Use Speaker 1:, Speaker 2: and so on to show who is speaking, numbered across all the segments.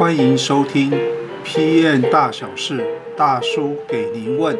Speaker 1: 欢迎收听 PM 大小事，大叔给您问。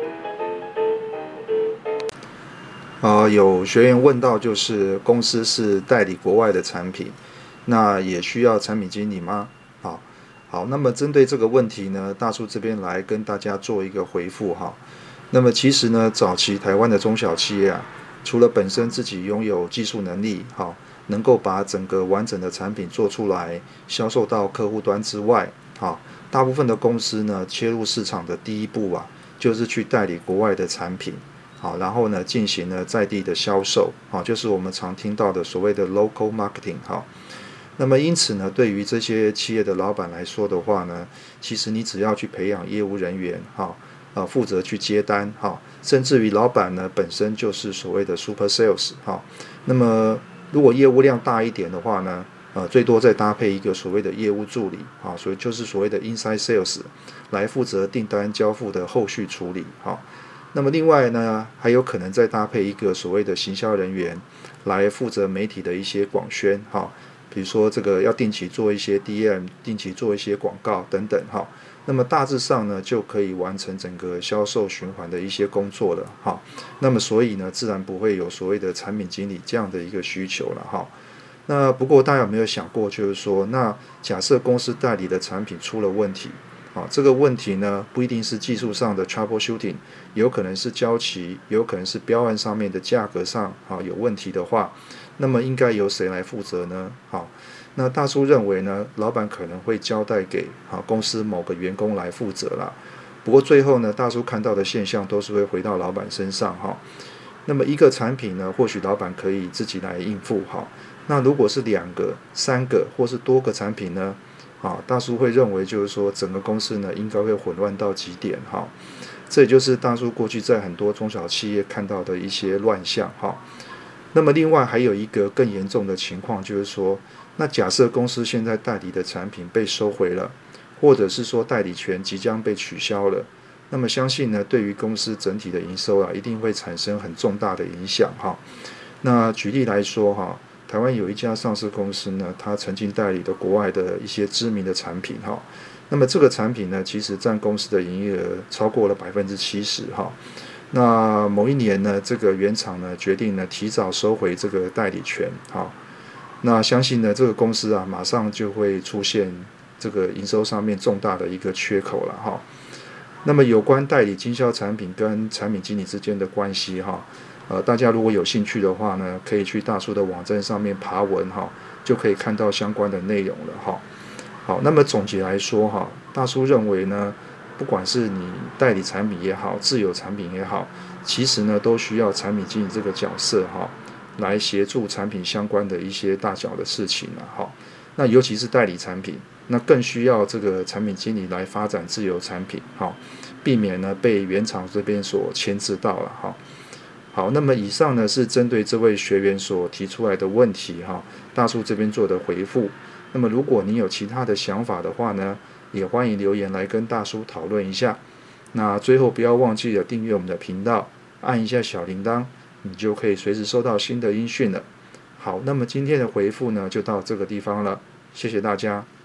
Speaker 2: 有学员问到，就是公司是代理国外的产品，那也需要产品经理吗？好，那么针对这个问题呢，大叔这边来跟大家做一个回复哈。那么其实呢，早期台湾的中小企业除了本身自己拥有技术能力，能够把整个完整的产品做出来，销售到客户端之外，大部分的公司呢，切入市场的第一步就是去代理国外的产品，然后呢，进行了在地的销售，就是我们常听到的所谓的 local marketing，那么因此呢，对于这些企业的老板来说的话呢，其实你只要去培养业务人员，负责去接单，甚至于老板呢本身就是所谓的 super sales，那么如果业务量大一点的话呢，最多再搭配一个所谓的业务助理，所以就是所谓的 inside sales 来负责订单交付的后续处理，那么另外呢，还有可能再搭配一个所谓的行销人员来负责媒体的一些广宣，比如说这个要定期做一些 DM， 定期做一些广告等等，那么大致上呢就可以完成整个销售循环的一些工作了，那么所以呢自然不会有所谓的产品经理这样的一个需求了，那不过大家有没有想过，就是说，那假设公司代理的产品出了问题，这个问题呢不一定是技术上的 troubleshooting， 有可能是交期，有可能是标案上面的价格上有问题的话，那么应该由谁来负责呢？那大叔认为呢，老板可能会交代给公司某个员工来负责啦。不过最后呢，大叔看到的现象都是会回到老板身上那么一个产品呢，或许老板可以自己来应付那如果是2个、3个或是多个产品呢？大叔会认为就是说，整个公司呢应该会混乱到极点这也就是大叔过去在很多中小企业看到的一些乱象那么另外还有一个更严重的情况，就是说，那假设公司现在代理的产品被收回了，或者是说代理权即将被取消了，那么相信呢，对于公司整体的营收一定会产生很重大的影响那举例来说台湾有一家上市公司呢，它曾经代理的国外的一些知名的产品那么这个产品呢，其实占公司的营业额超过了70%那某一年呢，这个原厂呢决定呢提早收回这个代理权那相信呢这个公司马上就会出现这个营收上面重大的一个缺口了那么有关代理经销产品跟产品经理之间的关系大家如果有兴趣的话呢，可以去大叔的网站上面爬文就可以看到相关的内容了好，那么总结来说大叔认为呢，不管是你代理产品也好，自有产品也好，其实呢都需要产品经理这个角色来协助产品相关的一些大小的事情那尤其是代理产品，那更需要这个产品经理来发展自有产品避免呢被原厂这边所牵制到了好，那么以上呢是针对这位学员所提出来的问题大叔这边做的回复。那么如果你有其他的想法的话呢，也欢迎留言来跟大叔讨论一下。那最后不要忘记了订阅我们的频道，按一下小铃铛，你就可以随时收到新的音讯了。好，那么今天的回复呢就到这个地方了，谢谢大家。